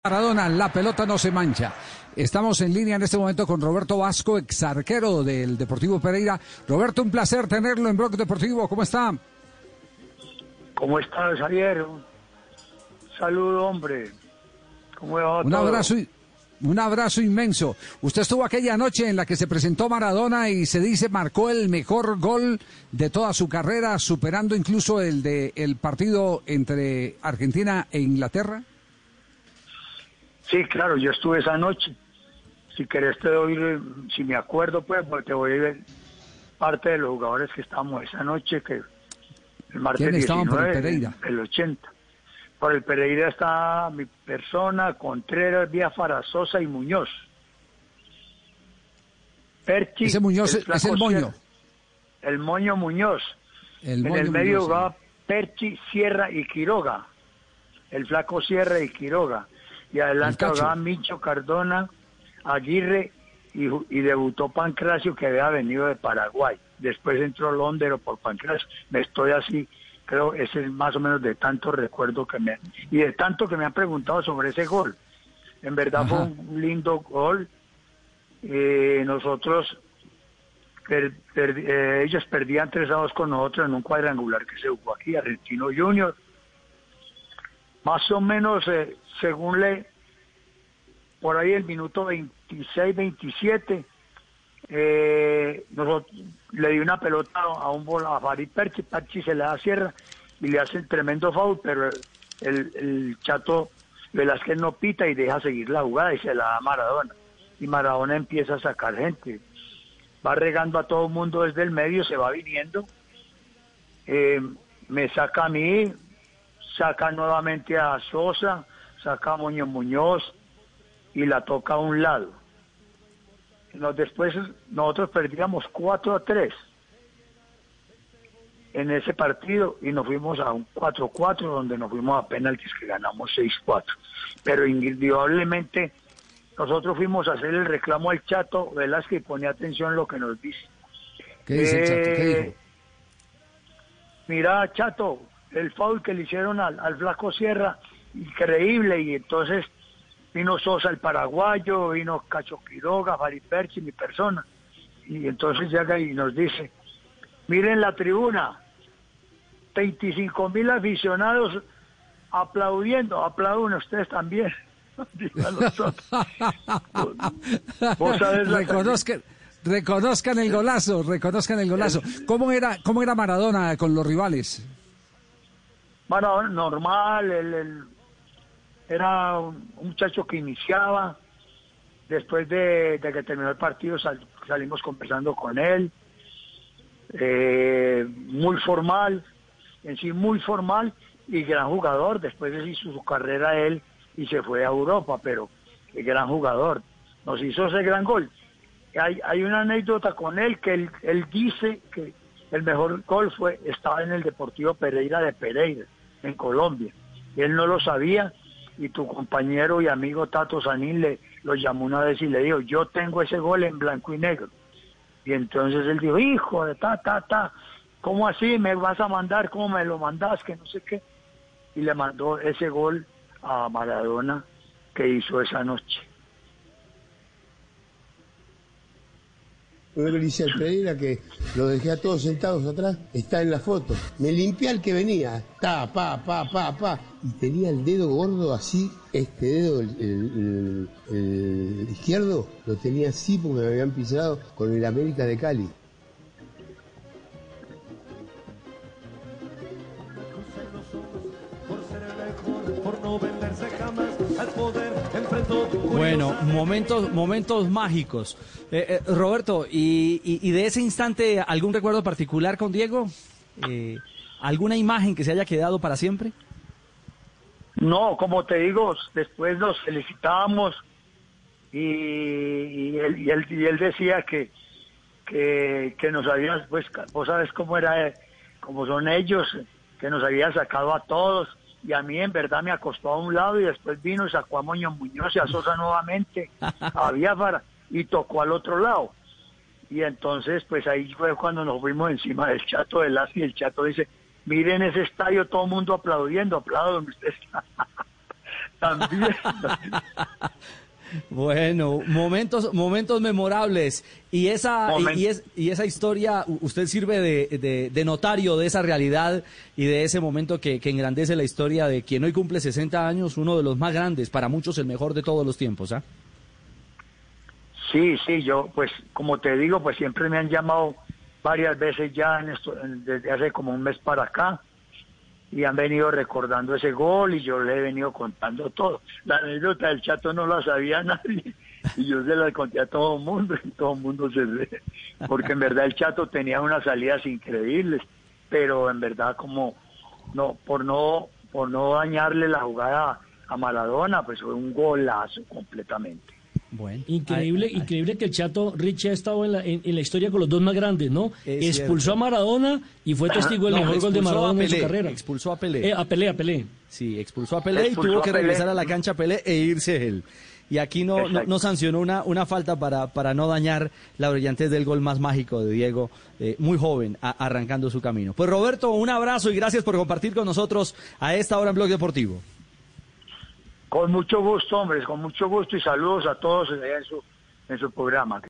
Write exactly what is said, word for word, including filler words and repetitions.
Maradona, la pelota no se mancha. Estamos en línea en este momento con Roberto Vasco, ex arquero del Deportivo Pereira. Roberto, un placer tenerlo en Blog Deportivo. ¿Cómo está? ¿Cómo estás, Javier? Un saludo, hombre. ¿Cómo va un todo? abrazo, un abrazo inmenso. Usted estuvo aquella noche en la que se presentó Maradona y se dice marcó el mejor gol de toda su carrera, superando incluso el de el partido entre Argentina e Inglaterra. Sí, claro, yo estuve esa noche. Si querés te doy, si me acuerdo, pues, porque te voy a ver parte de los jugadores que estábamos esa noche, que el martes ¿Quiénes estaban por el Pereira? El, el ochenta. Por el Pereira está mi persona, Contreras, Biafara, Sosa y Muñoz. Perchi. Ese Muñoz el es el moño. Sierra, el moño Muñoz. El en moño el medio Muñoz, jugaba sí. Perchi, Sierra y Quiroga. El flaco Sierra y Quiroga. Y adelante jugaba Micho Cardona, Aguirre y, y debutó Pancracio, que había venido de Paraguay. Después entró Londero por Pancracio. Me estoy así, creo, ese es más o menos de tanto recuerdo que me... Y de tanto que me han preguntado sobre ese gol. En verdad Ajá. Fue un lindo gol. Eh, nosotros, per, per, eh, ellos perdían tres a dos con nosotros en un cuadrangular que se jugó aquí, Argentino Junior. Más o menos, eh, según le, por ahí el minuto veintiséis, veintisiete, eh, nosotros, le di una pelota a un bol, a Farid Perchi, Perchi se le da Sierra y le hace el tremendo foul, pero el, el Chato Velázquez no pita y deja seguir la jugada y se la da a Maradona. Y Maradona empieza a sacar gente. Va regando a todo el mundo desde el medio, se va viniendo. Eh, me saca a mí, saca nuevamente a Sosa, saca a Moño Muñoz y la toca a un lado. Nos, después nosotros perdíamos cuatro a tres en ese partido y nos fuimos a un cuatro cuatro donde nos fuimos a penaltis que ganamos seis cuatro. Pero indudablemente nosotros fuimos a hacer el reclamo al Chato Velázquez y pone atención lo que nos dice. ¿Qué dice eh, el Chato? ¿Qué dijo? Mira, Chato, el foul que le hicieron al, al flaco Sierra, increíble, y entonces vino Sosa el paraguayo, vino Cacho Quiroga, Farid Perchi, mi persona, y entonces llega y nos dice, miren la tribuna, veinticinco mil aficionados aplaudiendo, aplauden ustedes también. ¿Vos sabés la Reconozcan, reconozcan el golazo, reconozcan el golazo. ¿Cómo era, cómo era Maradona con los rivales? Bueno, normal, él, él era un muchacho que iniciaba, después de, de que terminó el partido sal, salimos conversando con él, eh, muy formal, en sí muy formal y gran jugador, después hizo su carrera él y se fue a Europa, pero el gran jugador, nos hizo ese gran gol. Hay, hay una anécdota con él que él, él dice que el mejor gol fue estaba en el Deportivo Pereira de Pereira, en Colombia. Él no lo sabía y tu compañero y amigo Tato Sanín le lo llamó una vez y le dijo, yo tengo ese gol en blanco y negro. Y entonces él dijo, hijo de ta, ta, ta, ¿cómo así me vas a mandar? ¿Cómo me lo mandás? Que no sé qué. Y le mandó ese gol a Maradona que hizo esa noche. Yo le dice al Pereira que lo dejé a todos sentados atrás, está en la foto. Me limpié al que venía, ta, pa, pa, pa, pa. Y tenía el dedo gordo así, este dedo, el, el, el, el izquierdo, lo tenía así porque me habían pisado con el América de Cali. Bueno, momentos, momentos mágicos. Eh, eh, Roberto, y, y, y de ese instante, ¿algún recuerdo particular con Diego? Eh, ¿Alguna imagen que se haya quedado para siempre? No, como te digo, después nos felicitábamos y, y, él, y, él, y él decía que, que, que nos había, pues, vos sabes cómo era, cómo son ellos, que nos había sacado a todos. Y a mí en verdad me acostó a un lado y después vino y sacó a Moño Muñoz y a Sosa nuevamente, a Biafara, y tocó al otro lado. Y entonces pues ahí fue cuando nos fuimos encima del Chato Velázquez y el Chato dice, miren ese estadio, todo el mundo aplaudiendo, aplauden ustedes. También. Bueno, momentos, momentos memorables. Y esa, Moment- y, y es, y esa historia, u- usted sirve de, de, de notario de esa realidad y de ese momento que, que engrandece la historia de quien hoy cumple sesenta años, uno de los más grandes, para muchos el mejor de todos los tiempos, ¿ah? Sí, sí, yo, pues, como te digo, pues siempre me han llamado varias veces ya en esto, en- desde hace como un mes para acá, y han venido recordando ese gol y yo le he venido contando todo. La anécdota del Chato no la sabía nadie y yo se la conté a todo el mundo y todo el mundo se ríe, porque en verdad el Chato tenía unas salidas increíbles, pero en verdad como no por no por no dañarle la jugada a Maradona, pues fue un golazo completamente. Bueno, Increíble, ay, ay. increíble que el Chato Richie ha estado en la, en, en la historia con los dos más grandes, ¿no? Es Expulsó cierto. a Maradona y fue testigo del No, mejor gol de expulsó a Maradona en su Pelé, carrera. expulsó a Pelé. Eh, a Pelé, a Pelé. Sí, expulsó a Pelé y Expulsó tuvo a que Pelé. regresar a la cancha Pelé e irse él. Y aquí no, no, Exacto. no sancionó una, una falta para, para no dañar la brillantez del gol más mágico de Diego, eh, muy joven, a- arrancando su camino. Pues Roberto, un abrazo y gracias por compartir con nosotros a esta hora en Blog Deportivo. Con mucho gusto, hombres, con mucho gusto y saludos a todos allá en su en su programa.